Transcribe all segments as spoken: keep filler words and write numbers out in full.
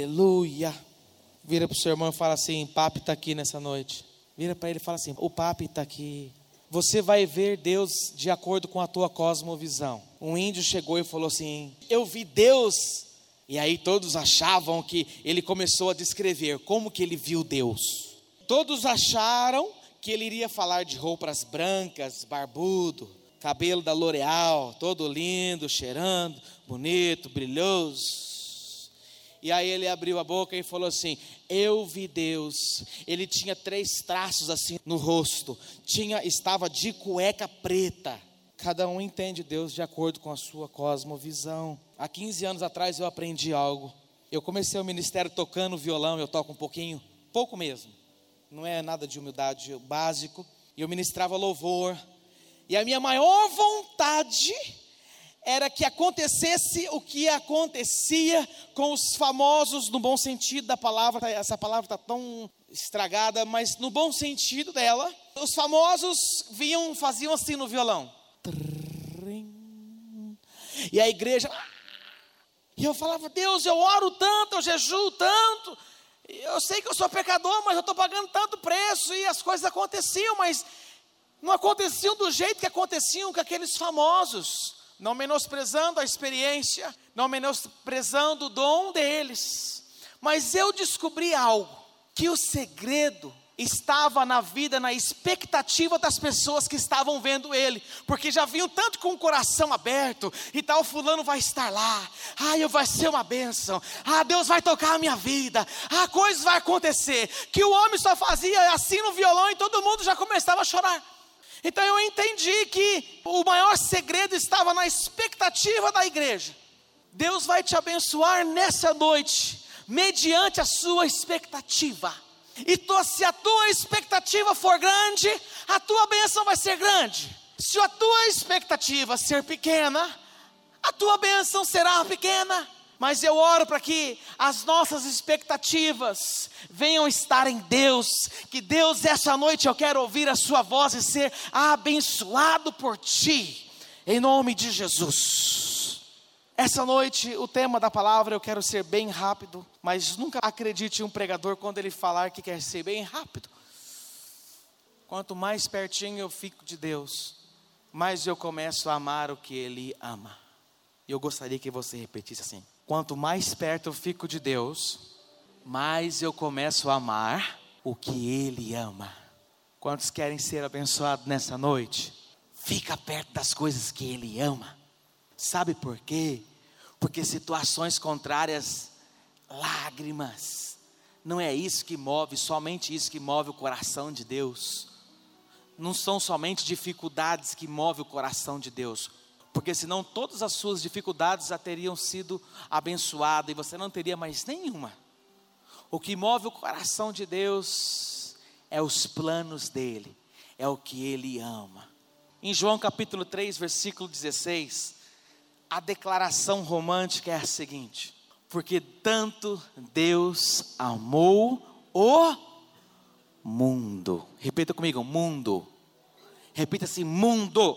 Aleluia. Vira para o seu irmão e fala assim: papi está aqui nessa noite. Vira para ele e fala assim: o papi está aqui. Você vai ver Deus de acordo com a tua cosmovisão. Um índio chegou e falou assim: eu vi Deus. E aí todos achavam que ele começou a descrever como que ele viu Deus. Todos acharam que ele iria falar de roupas brancas, barbudo, cabelo da L'Oréal, todo lindo, cheirando, bonito, brilhoso. E aí ele abriu a boca e falou assim: eu vi Deus. Ele tinha três traços assim no rosto, tinha, estava de cueca preta. Cada um entende Deus de acordo com a sua cosmovisão. Há quinze anos atrás eu aprendi algo. Eu comecei o ministério tocando violão. Eu toco um pouquinho, pouco mesmo, não é nada de humildade, básico. E eu ministrava louvor. E a minha maior vontade era que acontecesse o que acontecia com os famosos, no bom sentido da palavra. Essa palavra está tão estragada, mas no bom sentido dela. Os famosos vinham, faziam assim no violão. E a igreja... E eu falava: Deus, eu oro tanto, eu jejuo tanto. Eu sei que eu sou pecador, mas eu estou pagando tanto preço. E as coisas aconteciam, mas não aconteciam do jeito que aconteciam com aqueles famosos. Não menosprezando a experiência, não menosprezando o dom deles. Mas eu descobri algo, que o segredo estava na vida, na expectativa das pessoas que estavam vendo ele. Porque já vinham tanto com o coração aberto, e tal, fulano vai estar lá. Ah, eu vai ser uma bênção. Ah, Deus vai tocar a minha vida. Ah, coisas vai acontecer. Que o homem só fazia assim no violão e todo mundo já começava a chorar. Então eu entendi que o maior segredo estava na expectativa da igreja. Deus vai te abençoar nessa noite, mediante a sua expectativa. E tu, se a tua expectativa for grande, a tua bênção vai ser grande. Se a tua expectativa ser pequena, a tua bênção será pequena. Mas eu oro para que as nossas expectativas venham estar em Deus. Que Deus, essa noite eu quero ouvir a sua voz e ser abençoado por ti, em nome de Jesus. Essa noite o tema da palavra, eu quero ser bem rápido. Mas nunca acredite em um pregador quando ele falar que quer ser bem rápido. Quanto mais pertinho eu fico de Deus, mais eu começo a amar o que Ele ama. E eu gostaria que você repetisse assim: quanto mais perto eu fico de Deus, mais eu começo a amar o que Ele ama. Quantos querem ser abençoados nessa noite? Fica perto das coisas que Ele ama. Sabe por quê? Porque situações contrárias, lágrimas, não é isso que move, somente isso que move o coração de Deus. Não são somente dificuldades que movem o coração de Deus. Porque senão todas as suas dificuldades já teriam sido abençoadas e você não teria mais nenhuma. O que move o coração de Deus é os planos dele, é o que Ele ama. Em João capítulo três, versículo dezesseis, a declaração romântica é a seguinte: porque tanto Deus amou o mundo. Repita comigo: mundo. Repita assim: mundo.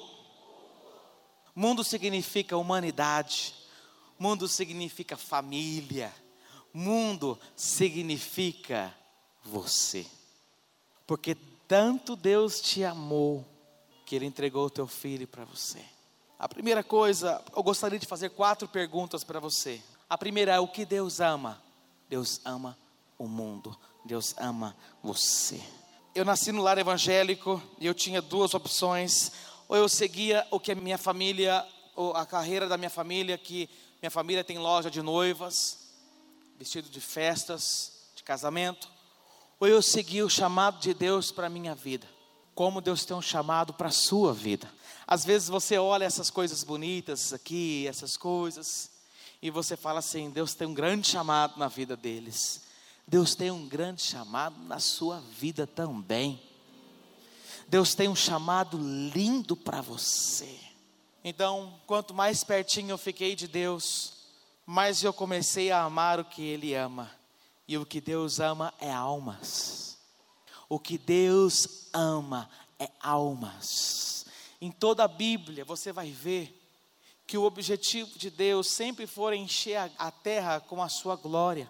Mundo significa humanidade. Mundo significa família. Mundo significa você. Porque tanto Deus te amou, que Ele entregou o teu filho para você. A primeira coisa, eu gostaria de fazer quatro perguntas para você. A primeira é: o que Deus ama? Deus ama o mundo. Deus ama você. Eu nasci no lar evangélico e eu tinha duas opções. Ou eu seguia o que a minha família, ou a carreira da minha família, que minha família tem loja de noivas, vestido de festas, de casamento. Ou eu seguia o chamado de Deus para a minha vida. Como Deus tem um chamado para a sua vida. Às vezes você olha essas coisas bonitas aqui, essas coisas, e você fala assim: Deus tem um grande chamado na vida deles. Deus tem um grande chamado na sua vida também. Deus tem um chamado lindo para você. Então, quanto mais pertinho eu fiquei de Deus, mais eu comecei a amar o que Ele ama. E o que Deus ama é almas. O que Deus ama é almas. Em toda a Bíblia você vai ver que o objetivo de Deus sempre foi encher a terra com a sua glória.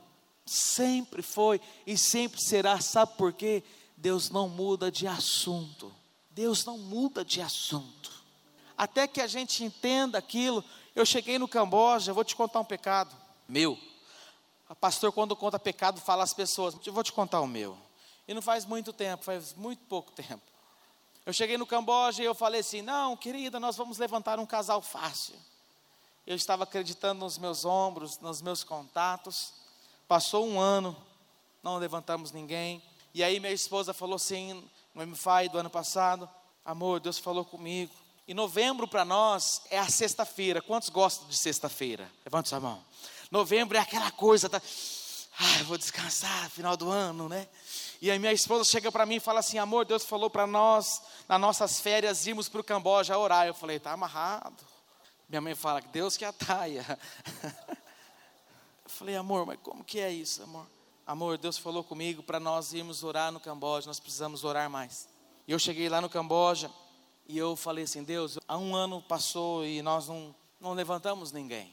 Sempre foi e sempre será. Sabe por quê? Deus não muda de assunto. Deus não muda de assunto. Até que a gente entenda aquilo. Eu cheguei no Camboja, vou te contar um pecado meu. O pastor, quando conta pecado, fala às pessoas: eu vou te contar o meu. E não faz muito tempo, faz muito pouco tempo. Eu cheguei no Camboja e eu falei assim: não, querida, nós vamos levantar um casal fácil. Eu estava acreditando nos meus ombros, nos meus contatos. Passou um ano, não levantamos ninguém. E aí minha esposa falou assim, no M F I do ano passado: amor, Deus falou comigo. E novembro para nós é a sexta-feira. Quantos gostam de sexta-feira? Levante sua mão. Novembro é aquela coisa, tá? Ah, eu vou descansar, final do ano, né? E aí minha esposa chega para mim e fala assim: amor, Deus falou para nós, nas nossas férias, irmos para o Camboja orar. Eu falei: tá amarrado. Minha mãe fala: Deus que ataia. Eu falei: amor, mas como que é isso, amor? Amor, Deus falou comigo para nós irmos orar no Camboja, nós precisamos orar mais. E eu cheguei lá no Camboja e eu falei assim: Deus, há um ano passou e nós não, não levantamos ninguém.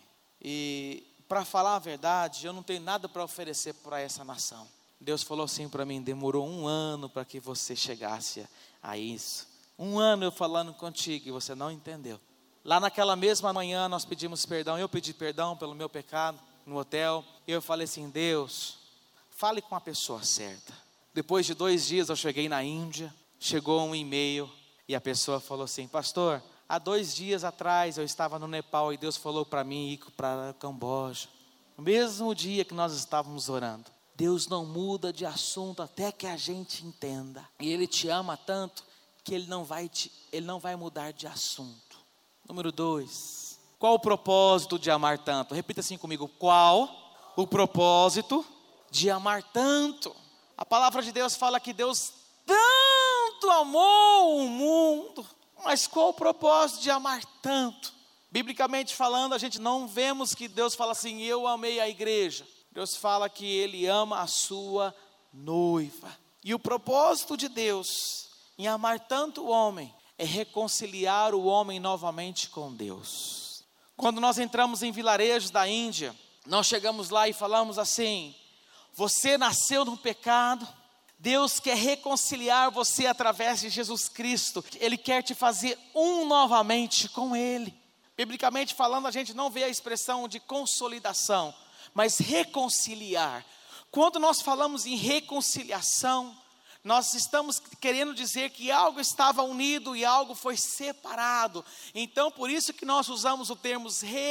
E para falar a verdade, eu não tenho nada para oferecer para essa nação. Deus falou assim para mim: demorou um ano para que você chegasse a isso. Um ano eu falando contigo e você não entendeu. Lá naquela mesma manhã nós pedimos perdão, eu pedi perdão pelo meu pecado no hotel. E eu falei assim: Deus, fale com a pessoa certa. Depois de dois dias eu cheguei na Índia, chegou um e-mail e a pessoa falou assim: pastor, há dois dias atrás eu estava no Nepal e Deus falou para mim ir para o Camboja. No mesmo dia que nós estávamos orando. Deus não muda de assunto até que a gente entenda. E Ele te ama tanto que Ele não vai, te, ele não vai mudar de assunto. Número dois. Qual o propósito de amar tanto? Repita assim comigo: qual o propósito de amar tanto? A palavra de Deus fala que Deus tanto amou o mundo. Mas qual o propósito de amar tanto? Biblicamente falando, a gente não vemos que Deus fala assim: eu amei a igreja. Deus fala que Ele ama a sua noiva. E o propósito de Deus em amar tanto o homem é reconciliar o homem novamente com Deus. Quando nós entramos em vilarejos da Índia, nós chegamos lá e falamos assim: você nasceu no pecado, Deus quer reconciliar você através de Jesus Cristo. Ele quer te fazer um novamente com Ele. Biblicamente falando, a gente não vê a expressão de consolidação, mas reconciliar. Quando nós falamos em reconciliação, nós estamos querendo dizer que algo estava unido e algo foi separado. Então, por isso que nós usamos o termo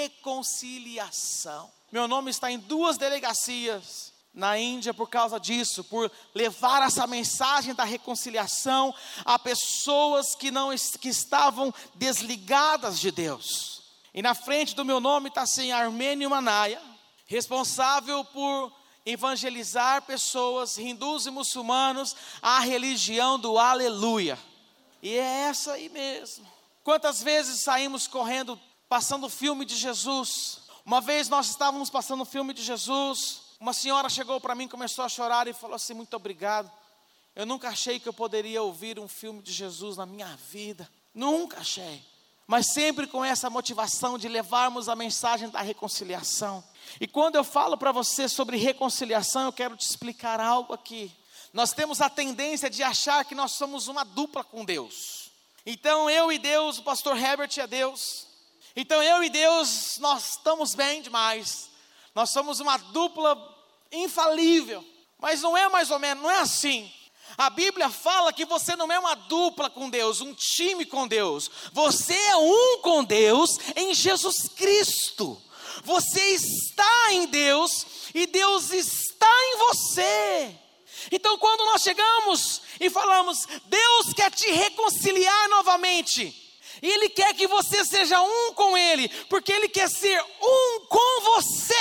reconciliação. Meu nome está em duas delegacias na Índia por causa disso, por levar essa mensagem da reconciliação a pessoas que, não, que estavam desligadas de Deus. E na frente do meu nome está assim: Armênio Manaya, responsável por evangelizar pessoas, hindus e muçulmanos, à religião do aleluia. E é essa aí mesmo. Quantas vezes saímos correndo, passando o filme de Jesus? Uma vez nós estávamos passando o filme de Jesus, uma senhora chegou para mim, começou a chorar e falou assim: muito obrigado, eu nunca achei que eu poderia ouvir um filme de Jesus na minha vida, nunca achei, mas sempre com essa motivação de levarmos a mensagem da reconciliação. E quando eu falo para você sobre reconciliação, eu quero te explicar algo aqui. Nós temos a tendência de achar que nós somos uma dupla com Deus. Então eu e Deus, o pastor Herbert é Deus. Então eu e Deus, nós estamos bem demais. Nós somos uma dupla infalível. Mas não é mais ou menos, não é assim. A Bíblia fala que você não é uma dupla com Deus, um time com Deus. Você é um com Deus em Jesus Cristo. Você está em Deus e Deus está em você. Então quando nós chegamos e falamos: Deus quer te reconciliar novamente, e Ele quer que você seja um com Ele, porque Ele quer ser um com você.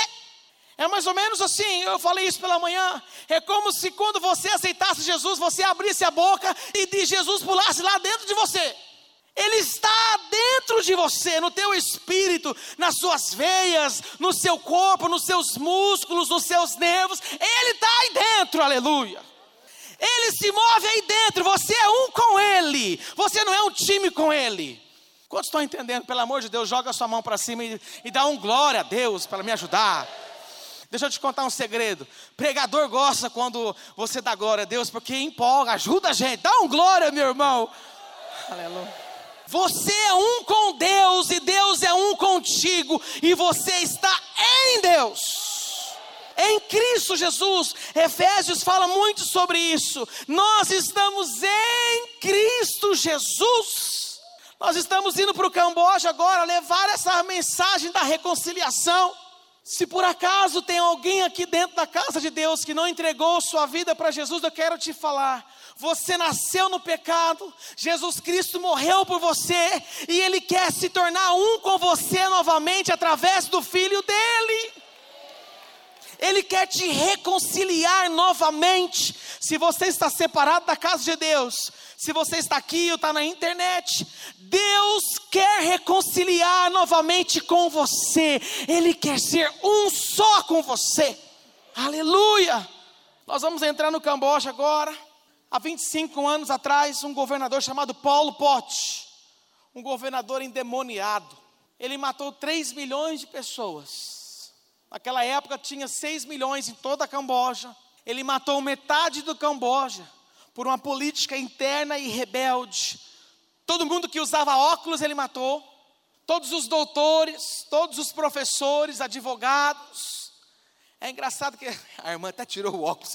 É mais ou menos assim, eu falei isso pela manhã. É como se quando você aceitasse Jesus, você abrisse a boca e de Jesus pulasse lá dentro de você. Ele está dentro de você, no teu espírito, nas suas veias, no seu corpo, nos seus músculos, nos seus nervos. Ele está aí dentro, aleluia. Ele se move aí dentro, você é um com Ele. Você não é um time com Ele. Quantos estão entendendo? Pelo amor de Deus, joga a sua mão para cima e, e dá um glória a Deus para me ajudar. Deixa eu te contar um segredo. Pregador gosta quando você dá glória a Deus, porque empolga, ajuda a gente. Dá um glória, meu irmão. Aleluia. Você é um com Deus e Deus é um contigo. E você está em Deus, em Cristo Jesus. Efésios fala muito sobre isso. Nós estamos em Cristo Jesus. Nós estamos indo para o Camboja agora levar essa mensagem da reconciliação. Se por acaso tem alguém aqui dentro da casa de Deus que não entregou sua vida para Jesus, eu quero te falar. Você nasceu no pecado, Jesus Cristo morreu por você e Ele quer se tornar um com você novamente através do Filho dEle. Ele quer te reconciliar novamente. Se você está separado da casa de Deus, se você está aqui ou está na internet, Deus quer reconciliar novamente com você. Ele quer ser um só com você. Aleluia. Nós vamos entrar no Camboja agora. Há vinte e cinco anos atrás, um governador chamado Pol Pot, um governador endemoniado, ele matou três milhões de pessoas. Naquela época tinha seis milhões em toda a Camboja. Ele matou metade do Camboja por uma política interna e rebelde. Todo mundo que usava óculos ele matou. Todos os doutores, todos os professores, advogados. É engraçado que a irmã até tirou o óculos.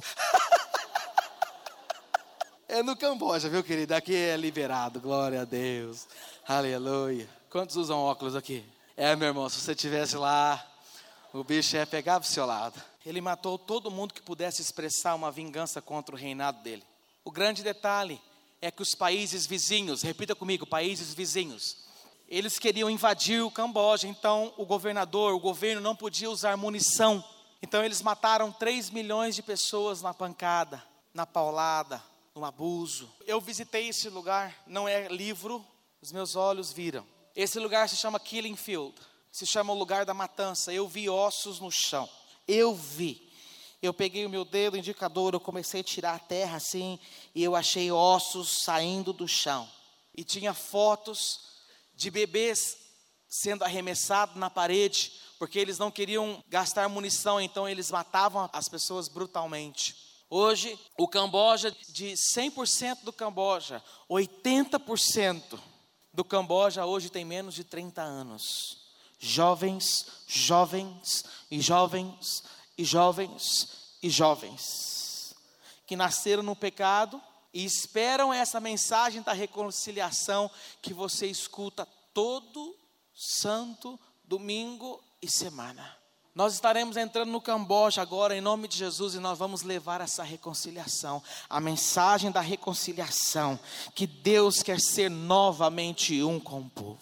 É no Camboja, viu, querido? Aqui é liberado, glória a Deus. Aleluia. Quantos usam óculos aqui? É, meu irmão, se você estivesse lá, o bicho ia pegar pro seu lado. Ele matou todo mundo que pudesse expressar uma vingança contra o reinado dele. O grande detalhe é que os países vizinhos, repita comigo, países vizinhos, eles queriam invadir o Camboja. Então o governador, o governo não podia usar munição. Então eles mataram três milhões de pessoas na pancada, na paulada, no abuso. Eu visitei esse lugar, não é livro, os meus olhos viram. Esse lugar se chama Killing Field, se chama o lugar da matança. Eu vi ossos no chão, eu vi. Eu peguei o meu dedo indicador, eu comecei a tirar a terra assim, e eu achei ossos saindo do chão. E tinha fotos de bebês sendo arremessados na parede, porque eles não queriam gastar munição, então eles matavam as pessoas brutalmente. Hoje, o Camboja, de cem por cento do Camboja, oitenta por cento do Camboja hoje tem menos de trinta anos. Jovens, jovens e jovens e jovens e jovens, que nasceram no pecado e esperam essa mensagem da reconciliação que você escuta todo santo domingo e semana. Nós estaremos entrando no Camboja agora em nome de Jesus e nós vamos levar essa reconciliação, a mensagem da reconciliação, que Deus quer ser novamente um com o povo,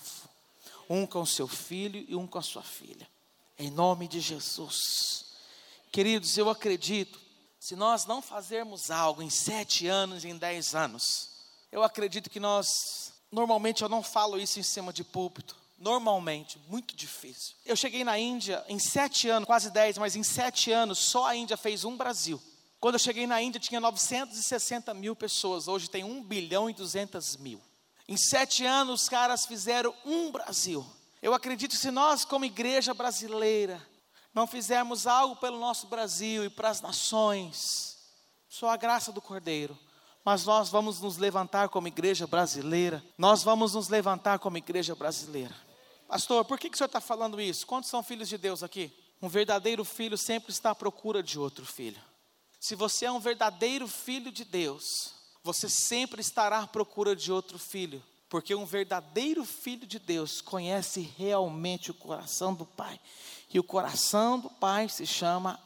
um com seu filho e um com a sua filha, em nome de Jesus. Queridos, eu acredito, se nós não fazermos algo em sete anos, em dez anos, eu acredito que nós, normalmente eu não falo isso em cima de púlpito, normalmente, muito difícil. Eu cheguei na Índia em sete anos, quase dez, mas em sete anos, só a Índia fez um Brasil. Quando eu cheguei na Índia tinha novecentos e sessenta mil pessoas, hoje tem um bilhão e duzentos mil. Em sete anos os caras fizeram um Brasil. Eu acredito que se nós como igreja brasileira, não fizermos algo pelo nosso Brasil e para as nações, só a graça do Cordeiro, mas nós vamos nos levantar como igreja brasileira, nós vamos nos levantar como igreja brasileira. Pastor, por que, que o senhor está falando isso? Quantos são filhos de Deus aqui? Um verdadeiro filho sempre está à procura de outro filho. Se você é um verdadeiro filho de Deus, você sempre estará à procura de outro filho, porque um verdadeiro filho de Deus conhece realmente o coração do Pai, e o coração do Pai se chama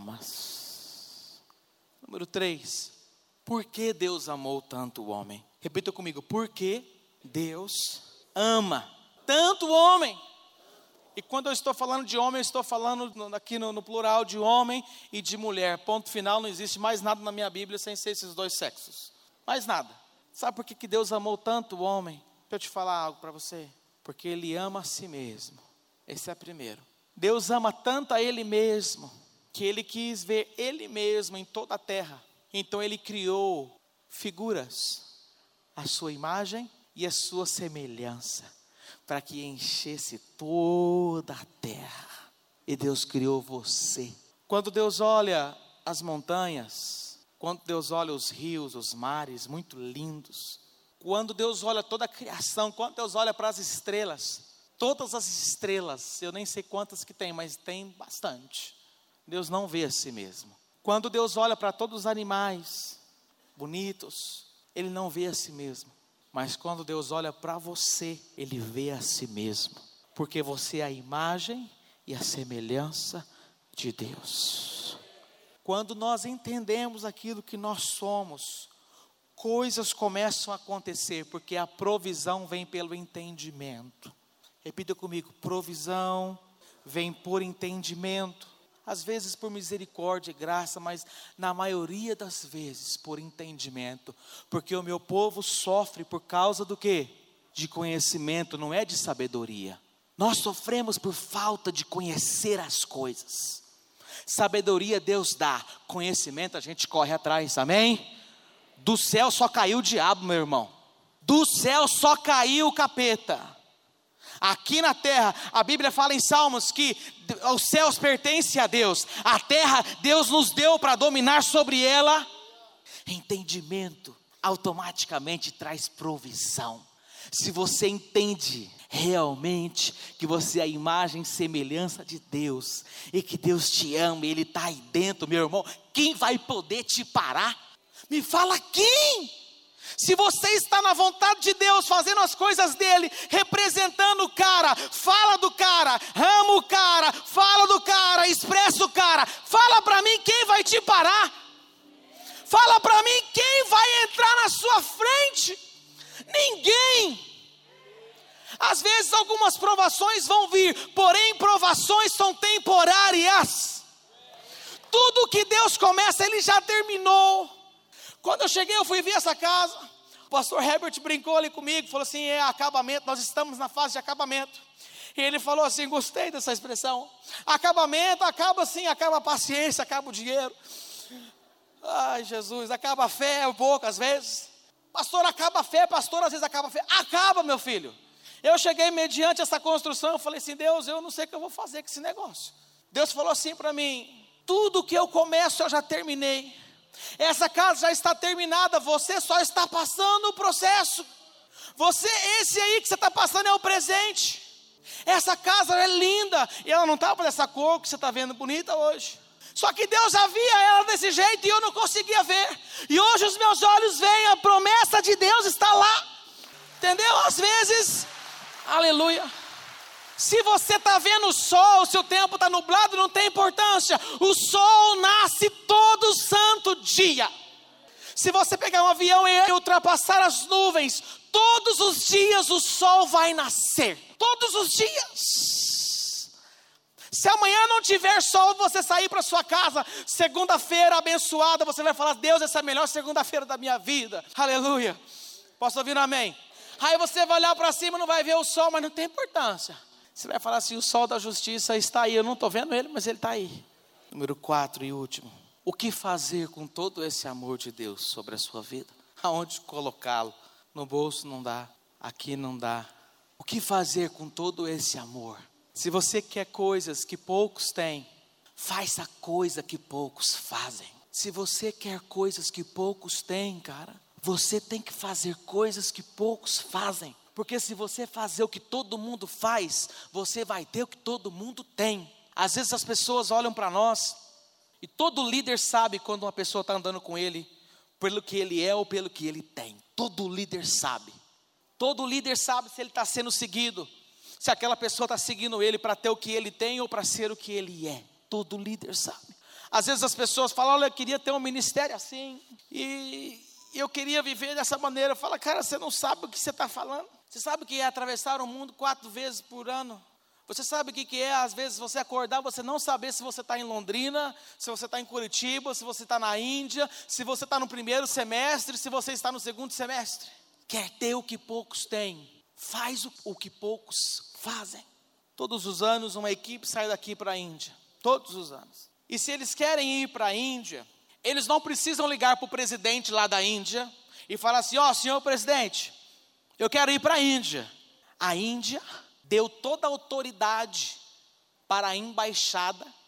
almas. Número três, por que Deus amou tanto o homem? Repita comigo, porque Deus ama tanto o homem. E quando eu estou falando de homem, eu estou falando aqui no, no plural de homem e de mulher. Ponto final, não existe mais nada na minha Bíblia sem ser esses dois sexos. Mais nada. Sabe por que, que Deus amou tanto o homem? Deixa eu te falar algo para você. Porque Ele ama a si mesmo. Esse é o primeiro. Deus ama tanto a Ele mesmo, que Ele quis ver Ele mesmo em toda a terra. Então Ele criou figuras, a sua imagem e a sua semelhança, para que enchesse toda a terra. E Deus criou você Quando Deus olha as montanhas, quando Deus olha os rios, os mares, muito lindos, quando Deus olha toda a criação, quando Deus olha para as estrelas, todas as estrelas, eu nem sei quantas que tem, mas tem bastante. Deus não vê a si mesmo. Quando Deus olha para todos os animais bonitos, Ele não vê a si mesmo. Mas quando Deus olha para você, Ele vê a si mesmo. Porque você é a imagem e a semelhança de Deus. Quando nós entendemos aquilo que nós somos, coisas começam a acontecer, porque a provisão vem pelo entendimento. Repita comigo, provisão vem por entendimento. Às vezes por misericórdia e graça, mas na maioria das vezes por entendimento. Porque o meu povo sofre por causa do quê? De conhecimento, não é de sabedoria. Nós sofremos por falta de conhecer as coisas. Sabedoria Deus dá, conhecimento a gente corre atrás, amém? Do céu só caiu o diabo, meu irmão. Do céu só caiu o capeta. Aqui na terra, a Bíblia fala em Salmos que os céus pertencem a Deus. A terra, Deus nos deu para dominar sobre ela. Entendimento automaticamente traz provisão. Se você entende realmente que você é a imagem e semelhança de Deus, e que Deus te ama, e Ele está aí dentro, meu irmão, quem vai poder te parar? Me fala quem? Se você está na vontade de Deus, fazendo as coisas dEle, representando o cara, fala do cara, ama o cara, fala do cara, expressa o cara, fala para mim quem vai te parar, fala para mim quem vai entrar na sua frente, ninguém. Às vezes algumas provações vão vir, porém provações são temporárias, tudo que Deus começa Ele já terminou. Quando eu cheguei, eu fui ver essa casa, o pastor Herbert brincou ali comigo, falou assim, é acabamento, nós estamos na fase de acabamento. E ele falou assim, gostei dessa expressão, acabamento, acaba assim, acaba a paciência, acaba o dinheiro. Ai Jesus, acaba a fé um pouco às vezes. Pastor, acaba a fé, pastor, às vezes acaba a fé. Acaba, meu filho. Eu cheguei mediante essa construção, eu falei assim, Deus, eu não sei o que eu vou fazer com esse negócio. Deus falou assim para mim, tudo que eu começo eu já terminei. Essa casa já está terminada, você só está passando o processo. Você, esse aí que você está passando é o presente. Essa casa é linda, e ela não estava dessa cor que você está vendo bonita hoje. Só que Deus já via ela desse jeito e eu não conseguia ver. E hoje os meus olhos veem, a promessa de Deus está lá. Entendeu? Às vezes, aleluia. Se você está vendo o sol, se o tempo está nublado, não tem importância. O sol nasce todo santo dia. Se você pegar um avião e ultrapassar as nuvens, todos os dias o sol vai nascer. Todos os dias. Se amanhã não tiver sol, você sair para sua casa, segunda-feira abençoada, você vai falar, Deus, essa é a melhor segunda-feira da minha vida. Aleluia. Posso ouvir um amém? Aí você vai olhar para cima e não vai ver o sol, mas não tem importância. Você vai falar assim, o sol da justiça está aí, eu não estou vendo ele, mas ele está aí. Número quatro e último, o que fazer com todo esse amor de Deus sobre a sua vida? Aonde colocá-lo? No bolso não dá, aqui não dá. O que fazer com todo esse amor? Se você quer coisas que poucos têm, faça coisa que poucos fazem. Se você quer coisas que poucos têm, cara, você tem que fazer coisas que poucos fazem. Porque se você fazer o que todo mundo faz, você vai ter o que todo mundo tem. Às vezes as pessoas olham para nós, e todo líder sabe quando uma pessoa está andando com ele, pelo que ele é ou pelo que ele tem. Todo líder sabe. Todo líder sabe se ele está sendo seguido, se aquela pessoa está seguindo ele para ter o que ele tem ou para ser o que ele é. Todo líder sabe. Às vezes as pessoas falam, olha, eu queria ter um ministério assim, e eu queria viver dessa maneira. Eu falo, cara, você não sabe o que você está falando. Você sabe o que é atravessar o mundo quatro vezes por ano? Você sabe o que é, às vezes, você acordar, você não saber se você está em Londrina, se você está em Curitiba, se você está na Índia, se você está no primeiro semestre, se você está no segundo semestre. Quer ter o que poucos têm, faz o, o que poucos fazem. Todos os anos uma equipe sai daqui para a Índia, todos os anos. E se eles querem ir para a Índia, eles não precisam ligar para o presidente lá da Índia e falar assim, ó, oh, senhor presidente, eu quero ir para a Índia. A Índia deu toda a autoridade para a embaixada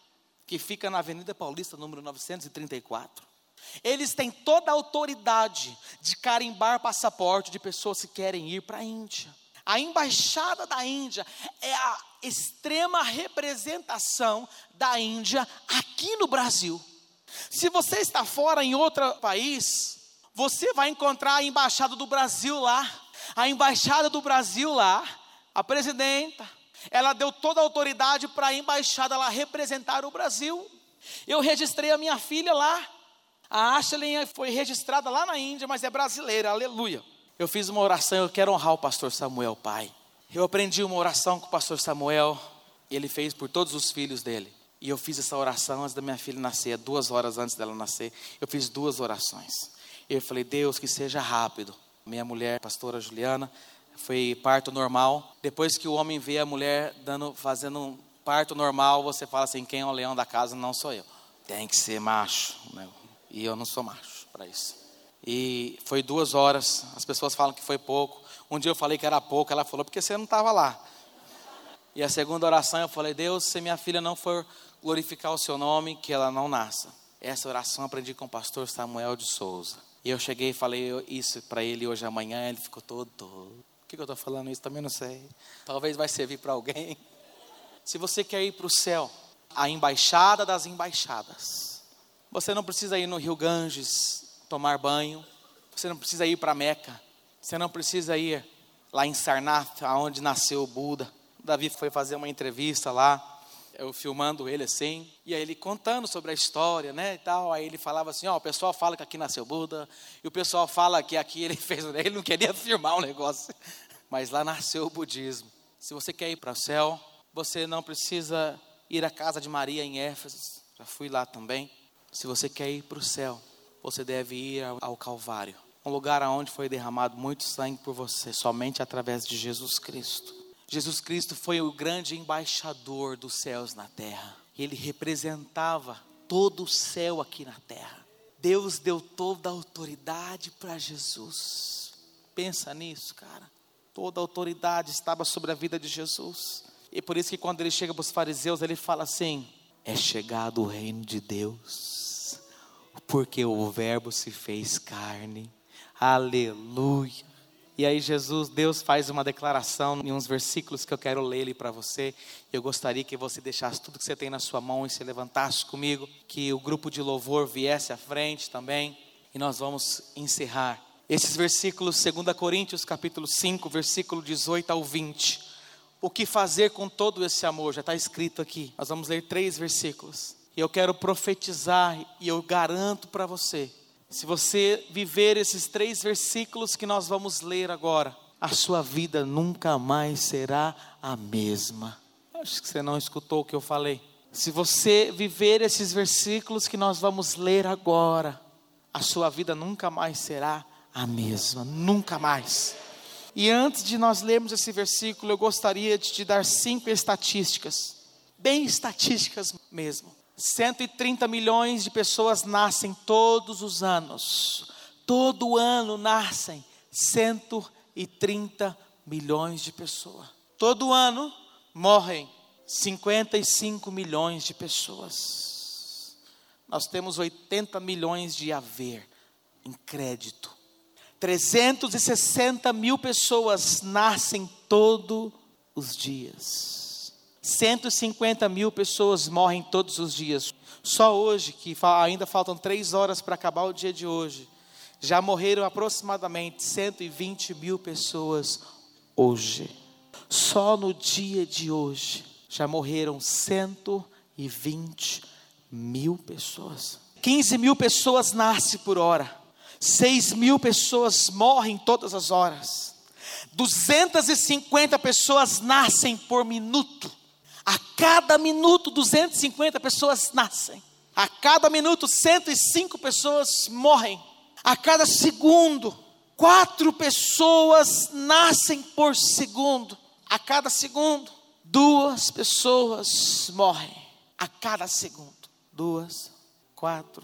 que fica na Avenida Paulista, número novecentos e trinta e quatro. Eles têm toda a autoridade de carimbar passaporte de pessoas que querem ir para a Índia. A embaixada da Índia é a extrema representação da Índia aqui no Brasil. Se você está fora em outro país, você vai encontrar a embaixada do Brasil lá. A embaixada do Brasil lá, a presidenta, ela deu toda a autoridade para a embaixada lá representar o Brasil. Eu registrei a minha filha lá. A Ashley foi registrada lá na Índia, mas é brasileira, aleluia. Eu fiz uma oração, eu quero honrar o pastor Samuel, pai. Eu aprendi uma oração com o pastor Samuel, ele fez por todos os filhos dele. E eu fiz essa oração antes da minha filha nascer, duas horas antes dela nascer. Eu fiz duas orações. Eu falei, Deus, que seja rápido. Minha mulher, a pastora Juliana, foi parto normal. Depois que o homem vê a mulher dando, fazendo um parto normal, você fala assim, quem é o leão da casa? Não sou eu. Tem que ser macho, né? E eu não sou macho para isso. E foi duas horas, as pessoas falam que foi pouco. Um dia eu falei que era pouco, ela falou, porque você não estava lá. E a segunda oração eu falei, Deus, se minha filha não for glorificar o seu nome, que ela não nasça. Essa oração eu aprendi com o pastor Samuel de Souza. E eu cheguei e falei isso para ele hoje amanhã, ele ficou todo, todo. Por que eu estou falando isso? Também não sei. Talvez vai servir para alguém. Se você quer ir para o céu, a embaixada das embaixadas. Você não precisa ir no Rio Ganges tomar banho. Você não precisa ir para Meca. Você não precisa ir lá em Sarnath, onde nasceu o Buda. O Davi foi fazer uma entrevista lá, eu filmando ele assim, e aí ele contando sobre a história, né, e tal. Aí ele falava assim, ó, o pessoal fala que aqui nasceu Buda, e o pessoal fala que aqui ele fez, ele não queria afirmar o negócio, mas lá nasceu o budismo. Se você quer ir para o céu, você não precisa ir à casa de Maria em Éfeso, já fui lá também. Se você quer ir para o céu, você deve ir ao, ao Calvário, um lugar onde foi derramado muito sangue por você, somente através de Jesus Cristo. Jesus Cristo foi o grande embaixador dos céus na terra. Ele representava todo o céu aqui na terra. Deus deu toda a autoridade para Jesus. Pensa nisso, cara. Toda a autoridade estava sobre a vida de Jesus. E por isso que quando ele chega para os fariseus, ele fala assim, é chegado o reino de Deus, porque o verbo se fez carne. Aleluia. E aí Jesus, Deus faz uma declaração em uns versículos que eu quero ler ali para você. Eu gostaria que você deixasse tudo que você tem na sua mão e se levantasse comigo. Que o grupo de louvor viesse à frente também. E nós vamos encerrar. Esses versículos, Segunda Coríntios capítulo cinco, versículo dezoito ao vinte. O que fazer com todo esse amor? Já está escrito aqui. Nós vamos ler três versículos. E eu quero profetizar e eu garanto para você. Se você viver esses três versículos que nós vamos ler agora, a sua vida nunca mais será a mesma. Acho que você não escutou o que eu falei. Se você viver esses versículos que nós vamos ler agora, a sua vida nunca mais será a mesma, nunca mais. E antes de nós lermos esse versículo, eu gostaria de te dar cinco estatísticas, bem estatísticas mesmo. cento e trinta milhões de pessoas nascem todos os anos. Todo ano nascem cento e trinta milhões de pessoas. Todo ano morrem cinquenta e cinco milhões de pessoas. Nós temos oitenta milhões de haver em crédito. trezentos e sessenta mil pessoas nascem todos os dias. cento e cinquenta mil pessoas morrem todos os dias. Só hoje, que ainda faltam três horas para acabar o dia de hoje, já morreram aproximadamente cento e vinte mil pessoas hoje. Só no dia de hoje, já morreram cento e vinte mil pessoas. quinze mil pessoas nascem por hora. seis mil pessoas morrem todas as horas. duzentas e cinquenta pessoas nascem por minuto. A cada minuto, duzentas e cinquenta pessoas nascem. A cada minuto, cento e cinco pessoas morrem. A cada segundo, quatro pessoas nascem por segundo. A cada segundo, duas pessoas morrem. A cada segundo. Duas, quatro,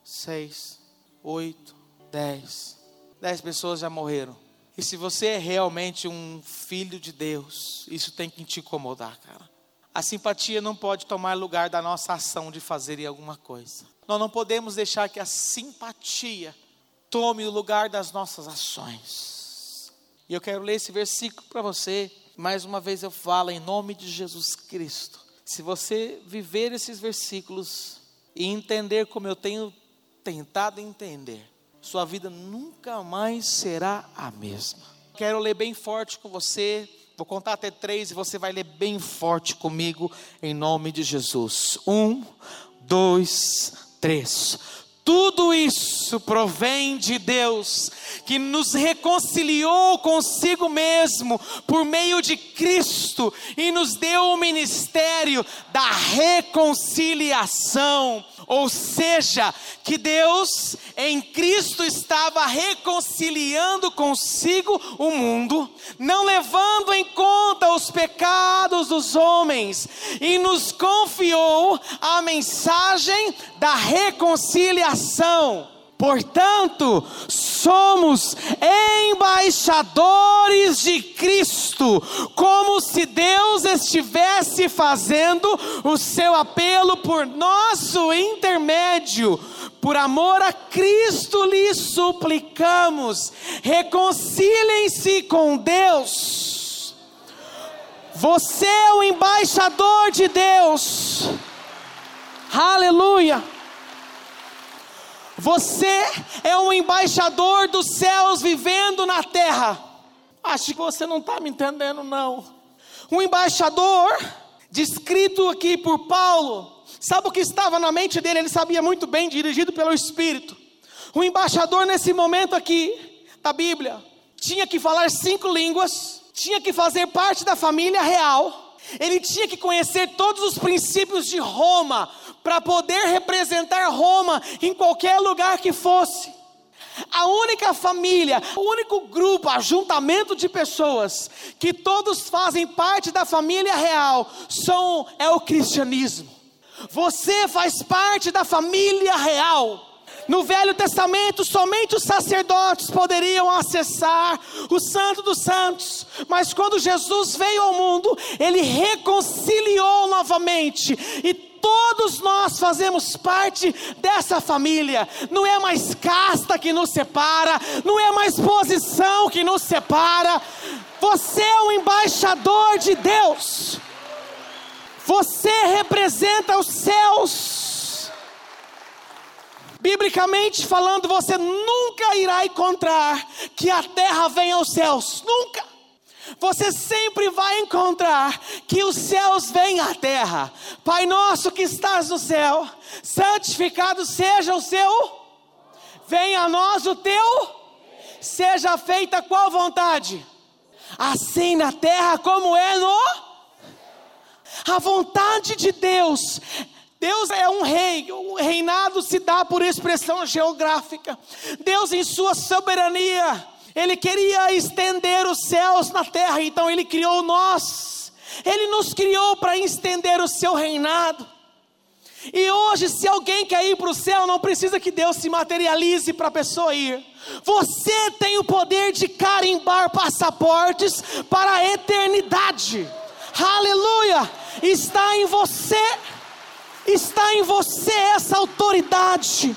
seis, oito, dez. Dez pessoas já morreram. E se você é realmente um filho de Deus, isso tem que te incomodar, cara. A simpatia não pode tomar lugar da nossa ação de fazer alguma coisa. Nós não podemos deixar que a simpatia tome o lugar das nossas ações. E eu quero ler esse versículo para você. Mais uma vez eu falo em nome de Jesus Cristo. Se você viver esses versículos e entender como eu tenho tentado entender, sua vida nunca mais será a mesma. Quero ler bem forte com você. Vou contar até três e você vai ler bem forte comigo em nome de Jesus. Um, dois, três. Tudo isso provém de Deus, que nos reconciliou consigo mesmo por meio de Cristo e nos deu o ministério da reconciliação. Ou seja, que Deus em Cristo estava reconciliando consigo o mundo, não levando em conta os pecados dos homens, e nos confiou a mensagem da reconciliação. Portanto, somos embaixadores de Cristo, como se Deus estivesse fazendo o seu apelo por nosso intermédio. Por amor a Cristo lhes suplicamos, reconciliem-se com Deus. Você é o embaixador de Deus. Aleluia. Você é um embaixador dos céus vivendo na terra. Acho que você não está me entendendo não. Um embaixador, descrito aqui por Paulo, sabe o que estava na mente dele? Ele sabia muito bem, dirigido pelo Espírito. Um embaixador nesse momento aqui, da Bíblia, tinha que falar cinco línguas, tinha que fazer parte da família real, ele tinha que conhecer todos os princípios de Roma, para poder representar Roma em qualquer lugar que fosse. A única família, o único grupo, ajuntamento de pessoas, que todos fazem parte da família real, são, é o cristianismo. Você faz parte da família real. No Velho Testamento, somente os sacerdotes poderiam acessar o Santo dos Santos. Mas quando Jesus veio ao mundo, Ele reconciliou novamente. E todos nós fazemos parte dessa família. Não é mais casta que nos separa, não é mais posição que nos separa. Você é um embaixador de Deus. Você representa os céus. Biblicamente falando, você nunca irá encontrar que a terra venha aos céus. Nunca. Você sempre vai encontrar que os céus vêm à terra. Pai nosso que estás no céu, santificado seja o seu. Venha a nós o teu. Seja feita qual vontade? Assim na terra como é no... A vontade de Deus. Deus é um rei, o reinado se dá por expressão geográfica. Deus em sua soberania, Ele queria estender os céus na terra, então Ele criou nós. Ele nos criou para estender o seu reinado. E hoje, se alguém quer ir para o céu, não precisa que Deus se materialize para a pessoa ir. Você tem o poder de carimbar passaportes para a eternidade. Aleluia! Está em você. Está em você essa autoridade.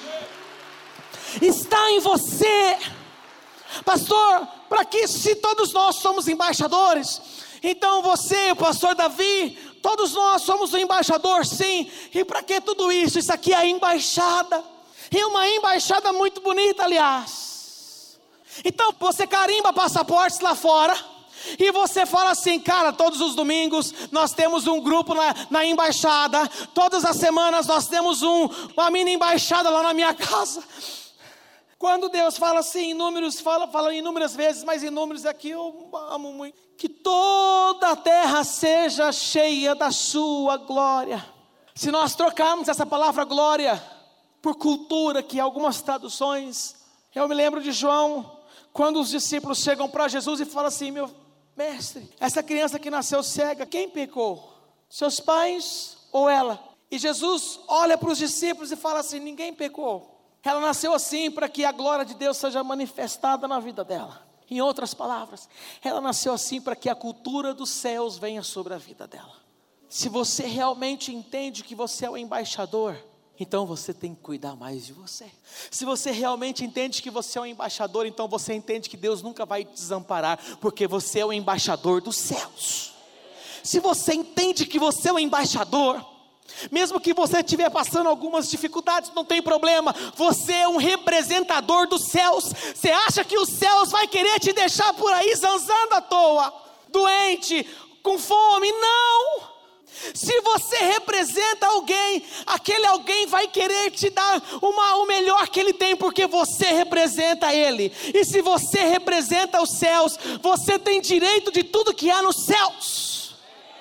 Está em você. Pastor, para que se todos nós somos embaixadores, então você, o pastor Davi, todos nós somos o embaixador, sim. E para que tudo isso? Isso aqui é a embaixada. E uma embaixada muito bonita, aliás. Então você carimba passaportes lá fora. E você fala assim, cara, todos os domingos nós temos um grupo na, na embaixada. Todas as semanas nós temos um, uma mini embaixada lá na minha casa. Quando Deus fala assim, em números, fala, fala inúmeras vezes, mas em números aqui eu amo muito. Que toda a terra seja cheia da sua glória. Se nós trocarmos essa palavra glória por cultura, que algumas traduções, eu me lembro de João, quando os discípulos chegam para Jesus e falam assim, meu mestre, essa criança que nasceu cega, quem pecou? Seus pais ou ela? E Jesus olha para os discípulos e fala assim, ninguém pecou. Ela nasceu assim para que a glória de Deus seja manifestada na vida dela. Em outras palavras, ela nasceu assim para que a cultura dos céus venha sobre a vida dela. Se você realmente entende que você é o embaixador, então você tem que cuidar mais de você. Se você realmente entende que você é o embaixador, então você entende que Deus nunca vai te desamparar, porque você é o embaixador dos céus. Se você entende que você é o embaixador, mesmo que você estiver passando algumas dificuldades, não tem problema, você é um representador dos céus. Você acha que os céus vai querer te deixar por aí zanzando à toa, doente, com fome? Não! Se você representa alguém, aquele alguém vai querer te dar uma, o melhor que ele tem, porque você representa ele. E se você representa os céus, você tem direito de tudo que há nos céus.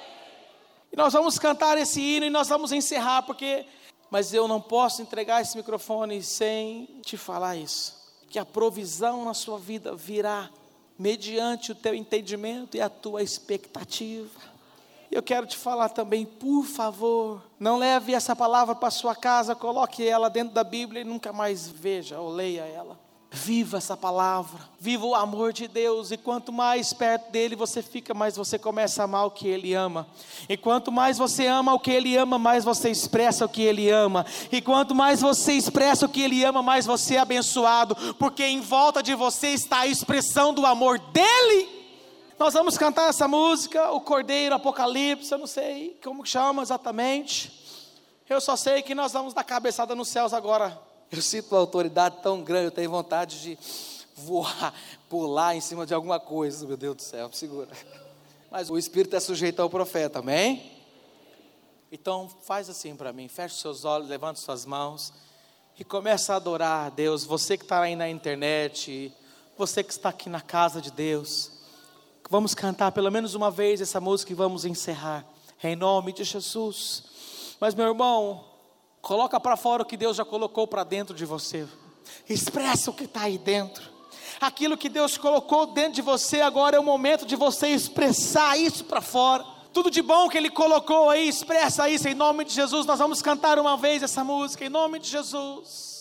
E nós vamos cantar esse hino e nós vamos encerrar, porque... Mas eu não posso entregar esse microfone sem te falar isso. Que a provisão na sua vida virá mediante o teu entendimento e a tua expectativa. Eu quero te falar também, por favor, não leve essa palavra para sua casa, coloque ela dentro da Bíblia e nunca mais veja ou leia ela. Viva essa palavra, viva o amor de Deus, e quanto mais perto dele você fica, mais você começa a amar o que ele ama. E quanto mais você ama o que ele ama, mais você expressa o que ele ama. E quanto mais você expressa o que ele ama, mais você é abençoado, porque em volta de você está a expressão do amor dele. Nós vamos cantar essa música, o Cordeiro, Apocalipse, eu não sei como chama exatamente. Eu só sei que nós vamos dar cabeçada nos céus agora. Eu sinto uma autoridade tão grande, eu tenho vontade de voar, pular em cima de alguma coisa, meu Deus do céu, segura. Mas o Espírito é sujeito ao profeta, amém? Então faz assim para mim, feche os seus olhos, levante suas mãos e comece a adorar a Deus. Você que está aí na internet, você que está aqui na casa de Deus, vamos cantar pelo menos uma vez essa música e vamos encerrar, em nome de Jesus. Mas meu irmão, coloca para fora o que Deus já colocou para dentro de você, expressa o que está aí dentro, aquilo que Deus colocou dentro de você, agora é o momento de você expressar isso para fora, tudo de bom que Ele colocou aí, expressa isso em nome de Jesus. Nós vamos cantar uma vez essa música, em nome de Jesus.